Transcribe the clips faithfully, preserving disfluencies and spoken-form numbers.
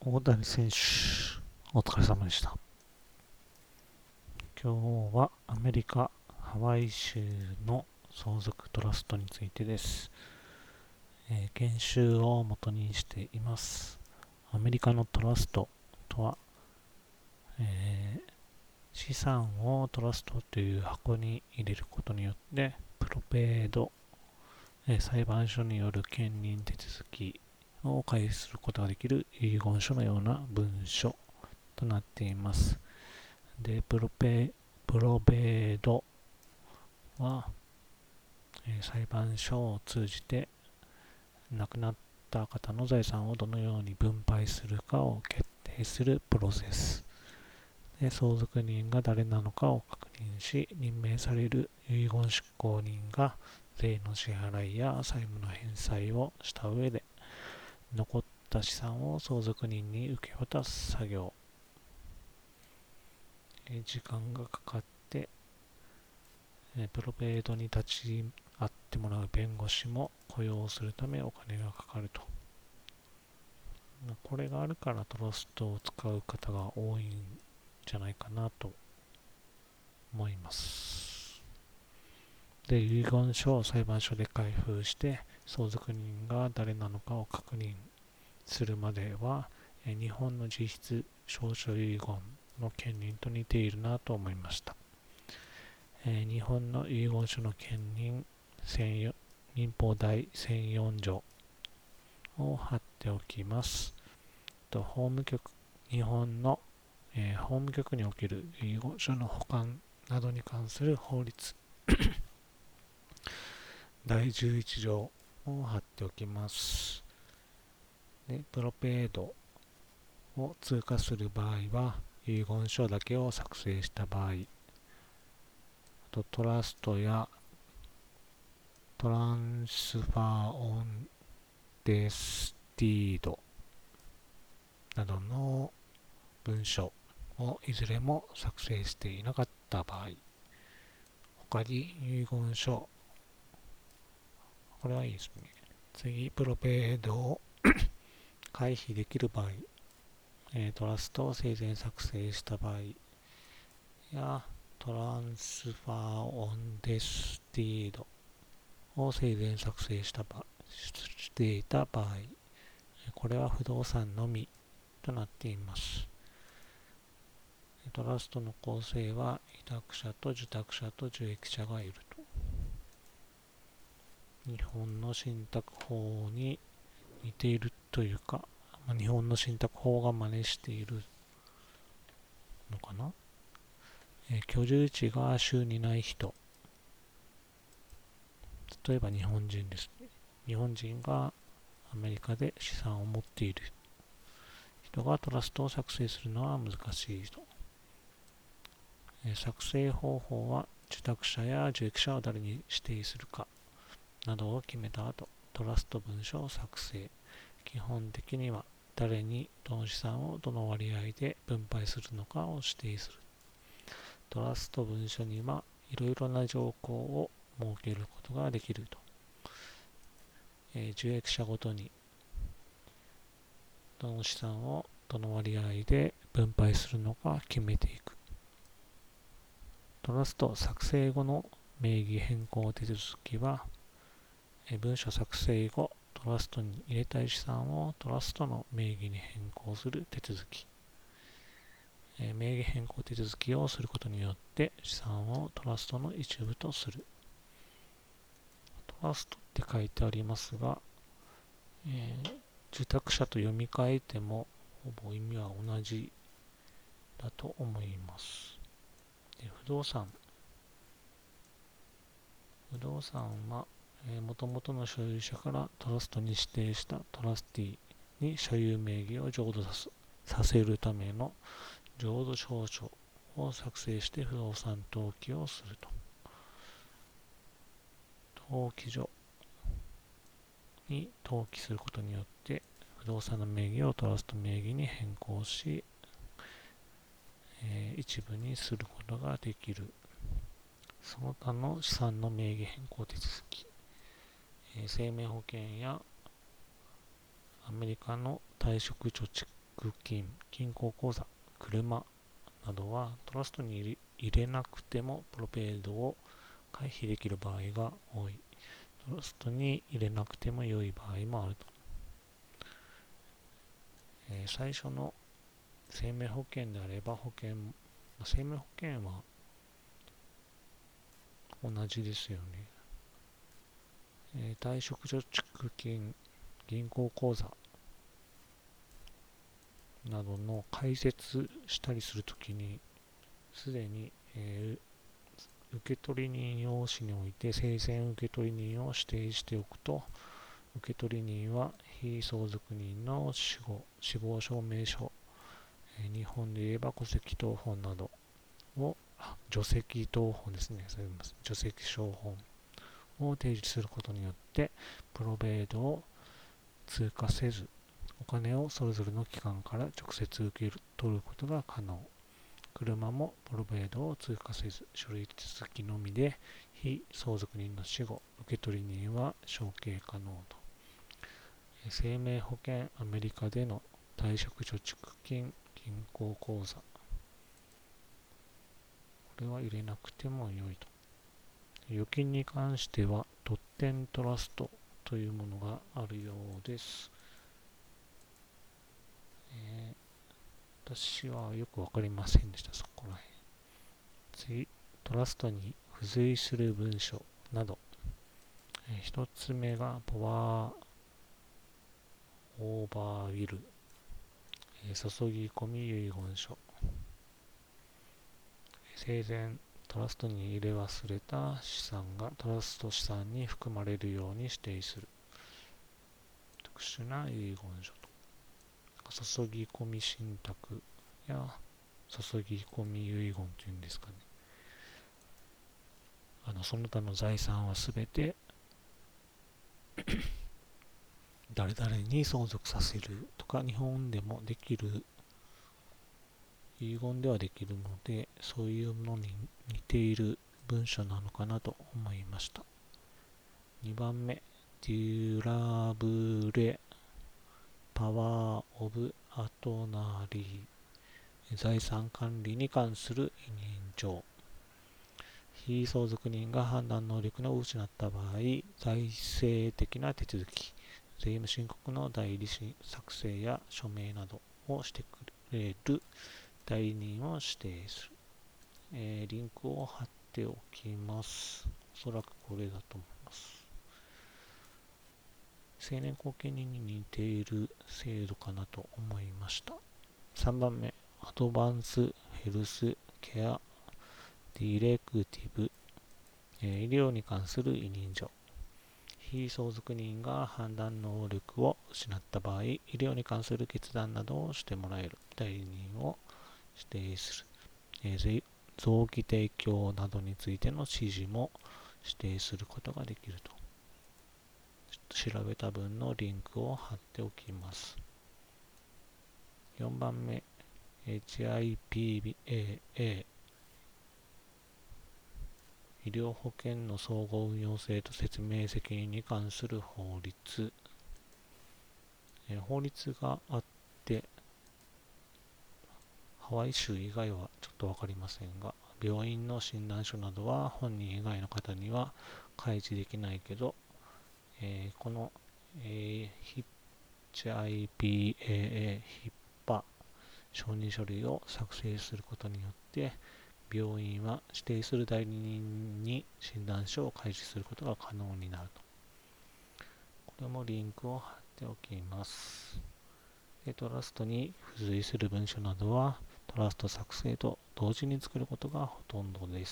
大谷選手、お疲れ様でした。今日はアメリカ・ハワイ州の相続トラストについてです。えー研修を元にしています。アメリカのトラストとは、えー資産をトラストという箱に入れることによって、プロペイド、えー裁判所による兼任手続きを開始することができる遺言書のような文書となっています。で、プロペ、プロベードは、えー裁判所を通じて亡くなった方の財産をどのように分配するかを決定するプロセス。で、相続人が誰なのかを確認し、任命される遺言執行人が税の支払いや債務の返済をした上で、残った資産を相続人に受け渡す作業。えー時間がかかってえプロペイドに立ち会ってもらう弁護士も雇用するためお金がかかると。これがあるからトラストを使う方が多いんじゃないかなと思います。で、遺言書を裁判所で開封して相続人が誰なのかを確認するまでは日本の実質証書遺言の権利と似ているなと思いました。えー日本の遺言書の権任民法第せんよん条を貼っておきます。と法務局日本の、えー法務局における遺言書の保管などに関する法律第じゅういち条を貼っておきます。でプロペイドを通過する場合は遺言書だけを作成した場合、とトラストやトランスファーオンデスティードなどの文書をいずれも作成していなかった場合、他に遺言書、これはいいですね。次、プロペイドを回避できる場合、えートラストを生前作成した場合や、トランスファーオンデスティードを生前作成した場していた場合、これは不動産のみとなっています。トラストの構成は委託者と受託者と受益者がいると。日本の信託法に似ているというか、まあ、日本の信託法が真似しているのかな、えー居住地が州にない人、例えば日本人ですね。日本人がアメリカで資産を持っている人がトラストを作成するのは難しいと。えー作成方法は受託者や受益者を誰に指定するかなどを決めた後、トラスト文書を作成。基本的には誰にどの資産をどの割合で分配するのかを指定する。トラスト文書にはいろいろな条項を設けることができると。えー受益者ごとにどの資産をどの割合で分配するのか決めていく。トラスト作成後の名義変更手続きは、文書作成後、トラストに入れたい資産をトラストの名義に変更する手続き。名義変更手続きをすることによって資産をトラストの一部とする。トラストって書いてありますが、えー受託者と読み替えてもほぼ意味は同じだと思います。で不動産。不動産は、えー、元々の所有者からトラストに指定したトラスティに所有名義を浄土さすさせるための浄土証書を作成して不動産登記をすると。登記所に登記することによって不動産の名義をトラスト名義に変更し、えー一部にすることができる。その他の資産の名義変更手続き、えー生命保険やアメリカの退職貯蓄金、銀行口座、車などはトラストに入れなくてもプロペイドを回避できる場合が多い。トラストに入れなくても良い場合もあると。えー、最初の生命保険であれば保険、生命保険は同じですよね。えー、退職貯蓄金、銀行口座などの開設したりするときに、すでに、えー、受取人用紙において生前受取人を指定しておくと、受取人は非相続人の死後、死亡証明書、えー、日本で言えば戸籍謄本などを、除籍謄本ですね、除籍証本を提示することによって、プロベイドを通過せず、お金をそれぞれの機関から直接受け取ることが可能。車もプロベイドを通過せず、書類手続きのみで、非相続人の死後、受取人は承継可能と。生命保険、アメリカでの退職貯蓄金、銀行口座。これは入れなくても良いと。預金に関しては、特典トラストというものがあるようです。えー、私はよくわかりませんでした、そこらへん。次、トラストに付随する文書など。えー、一つ目が、パワーオーバーウィル、えー、注ぎ込み遺言書。生前、トラストに入れ忘れた資産がトラスト資産に含まれるように指定する。特殊な遺言書と。注ぎ込み信託や注ぎ込み遺言というんですかね。あのその他の財産はすべて誰々に相続させるとか、日本でもできる、遺言ではできるので、そういうものに似ている文書なのかなと思いました。にばんめ、デュラブレパワーオブアトナリー、財産管理に関する委任状。非相続人が判断能力の失った場合、財政的な手続き、税務申告の代理作成や署名などをしてくれる代理人を指定する。えー、リンクを貼っておきます。おそらくこれだと思います。成年後見人に似ている制度かなと思いました。さんばんめ、アドバンスヘルスケアディレクティブ、えー、医療に関する委任状。非相続人が判断能力を失った場合、医療に関する決断などをしてもらえる代理人を指定する。えー、臓器提供などについての指示も指定することができると。調べた分のリンクを貼っておきます。よんばんめ、エイチアイピーエーエー、医療保険の総合運用性と説明責任に関する法律。えー、法律があって、ハワイ州以外はちょっとわかりませんが、病院の診断書などは本人以外の方には開示できないけど、えー、この、えー、エイチアイピーエーエー ヒッパ承認書類を作成することによって、病院は指定する代理人に診断書を開示することが可能になると。これもリンクを貼っておきます。で、トラストに付随する文書などは、トラスト作成と同時に作ることがほとんどです。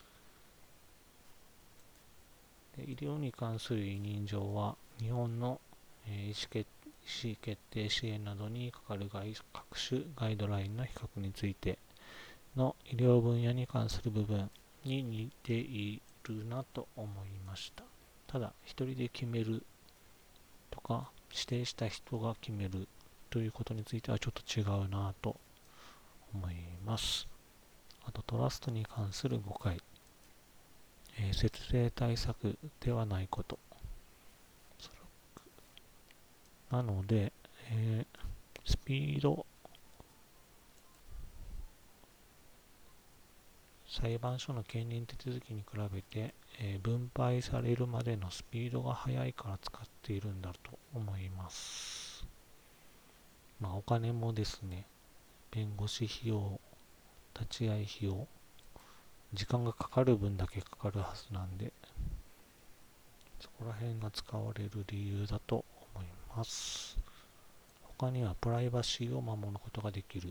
で、医療に関する委任状は、日本の、えー、意思決意思決定支援などにかかる各種ガイドラインの比較についての医療分野に関する部分に似ているなと思いました。ただ、一人で決めるとか、指定した人が決めるということについてはちょっと違うなと思います。あと、トラストに関する誤解。えー、節税対策ではないこと。なので、えー、 スピード、裁判所の兼任手続きに比べて、えー分配されるまでのスピードが速いから使っているんだと思います。まあお金もですね、弁護士費用、立ち会い費用、時間がかかる分だけかかるはずなんで、そこら辺が使われる理由だと思います。他にはプライバシーを守ることができる。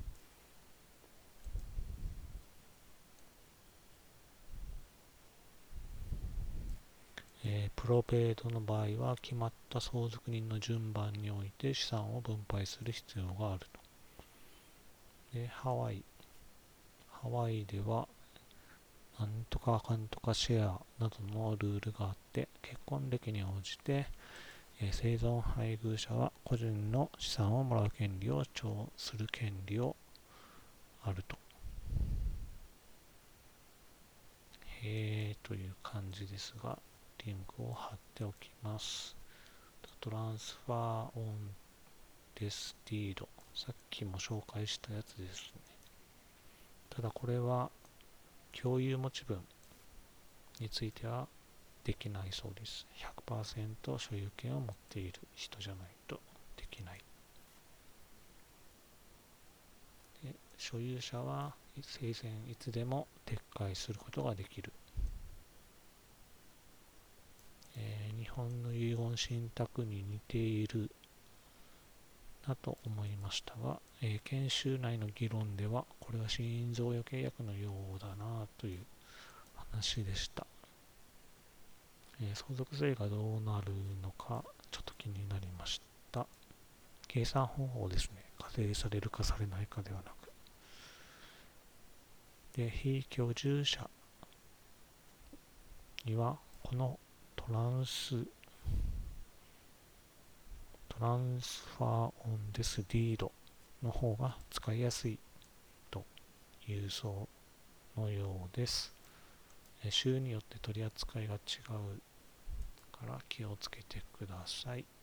えープロペイドの場合は決まった相続人の順番において資産を分配する必要があると。で、ハワイ。ハワイではなんとかかんとかシェアなどのルールがあって、結婚歴に応じて、えー生存配偶者は個人の資産をもらう権利を主張する権利をあると。へーという感じですが、リンクを貼っておきます。トランスファーオンデスティード。さっきも紹介したやつですね。ただこれは共有持ち分についてはできないそうです。ひゃくパーセント 所有権を持っている人じゃないとできない。で、所有者は生前いつでも撤回することができる。えー日本の遺言信託に似ているなと思いましたが、えー研修内の議論ではこれは死因贈与契約のようだなという話でした。えー相続税がどうなるのかちょっと気になりました。計算方法ですね。課税されるかされないかではなく。で、非居住者にはこのトランストランスファーオンデスディードの方が使いやすいというそうのようです。州によって取り扱いが違うから気をつけてください。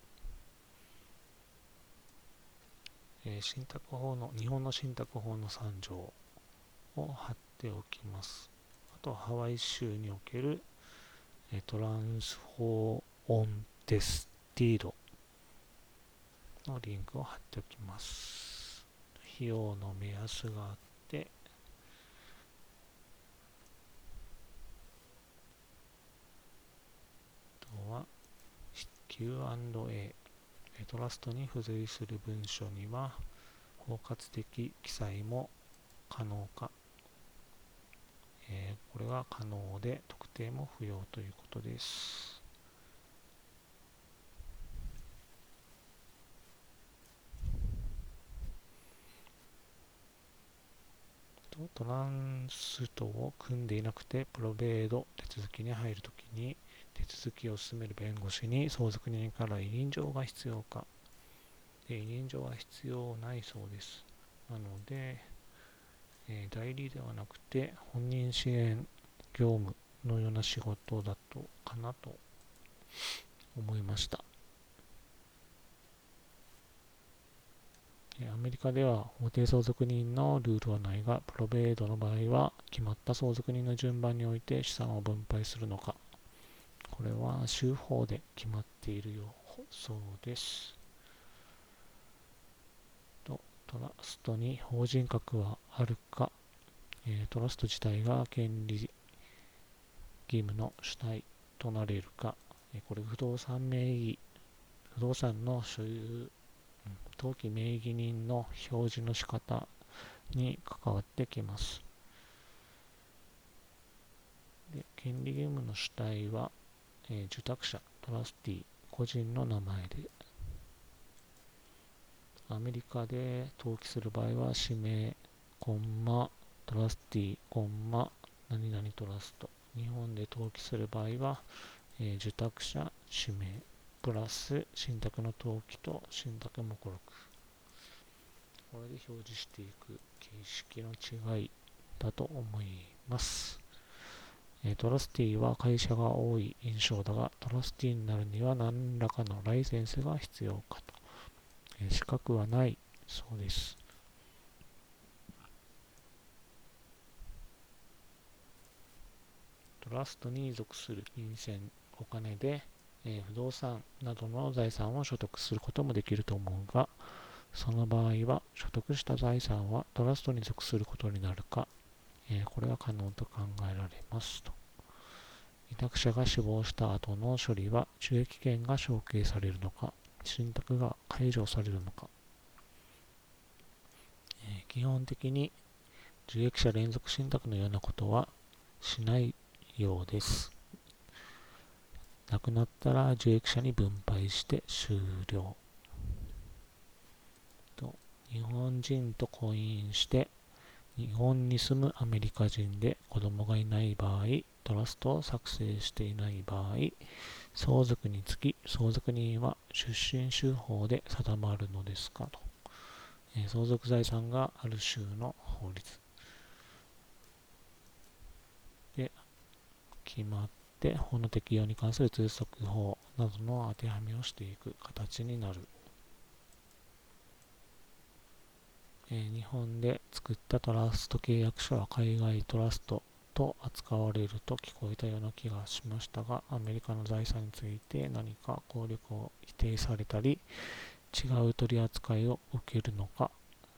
えー信託法の、日本の信託法のさん条を貼っておきます。あと、ハワイ州における、えートランスフォーオンデスティードのリンクを貼っておきます。費用の目安があって、あとは キューアンドエー、トラストに付随する文書には包括的記載も可能か、えーこれは可能で特定も不要ということです。トランストを組んでいなくてプロベード手続きに入るときに手続きを進める弁護士に相続人から委任状が必要か。で、委任状は必要ないそうです。なので、えー代理ではなくて本人支援業務のような仕事だとかなと思いました。アメリカでは法定相続人のルールはないが、プロベードの場合は決まった相続人の順番において資産を分配するのか。これは州法で決まっているようそうです。とトラストに法人格はあるか、えートラスト自体が権利義務の主体となれるか、えーこれ不動産名義、不動産の所有登記名義人の表示の仕方に関わってきます。で、権利義務の主体は、えー受託者、トラスティ、個人の名前で、アメリカで登記する場合は、氏名、コンマ、トラスティ、コンマ、何々トラスト。日本で登記する場合は、えー受託者、氏名、プラス、信託の登記と信託目録。これで表示していく形式の違いだと思います。えートラスティは会社が多い印象だが、トラスティになるには何らかのライセンスが必要かと。 えー資格はないそうです。トラストに属する金銭、お金で、えー不動産などの財産を所得することもできると思うが、その場合は所得した財産はトラストに属することになるか、えーこれは可能と考えられますと。委託者が死亡した後の処理は受益権が承継されるのか、信託が解除されるのか。えー基本的に受益者連続信託のようなことはしないようです。亡くなったら受益者に分配して終了。と日本人と婚姻して日本に住むアメリカ人で子供がいない場合、トラストを作成していない場合、相続につき相続人は出身州法で定まるのですかと。えー相続財産がある州の法律で決まって法の適用に関する通則法などの当てはめをしていく形になる。えー日本で作ったトラスト契約書は海外トラストと扱われると聞こえたような気がしましたが、アメリカの財産について何か効力を否定されたり、違う取り扱いを受けるのか。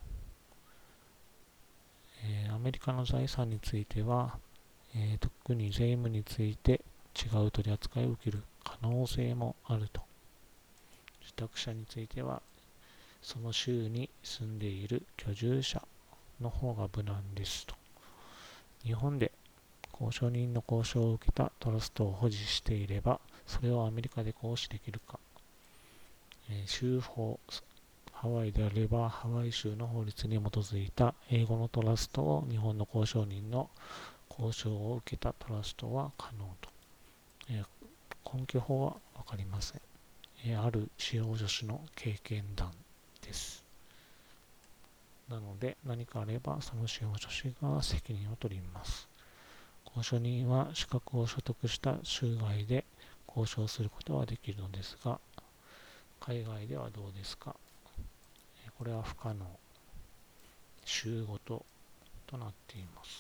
えーアメリカの財産については、えー特に税務について違う取り扱いを受ける可能性もあると。受託者については、その州に住んでいる居住者の方が無難ですと。日本で交渉人の交渉を受けたトラストを保持していれば、それをアメリカで行使できるか。えー州法、ハワイであれば、ハワイ州の法律に基づいた英語のトラストを日本の交渉人の交渉を受けたトラストは可能と。えー根拠法はわかりません。えーある司法助手の経験談です。なので、何かあれば、その司法助手が責任を取ります。交渉人は資格を所得した州外で交渉することはできるのですが、海外ではどうですか。これは不可能。州ごととなっています。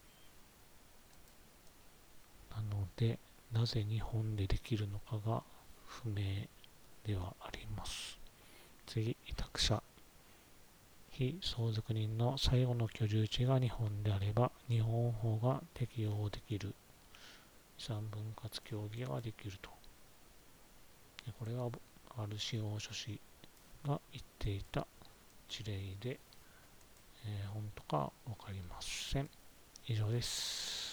なので、なぜ日本でできるのかが不明ではあります。次、委託者。非相続人の最後の居住地が日本であれば、日本法が適用できる遺産分割協議ができると。これはある司法書士が言っていた事例で、えー本当かわかりません。以上です。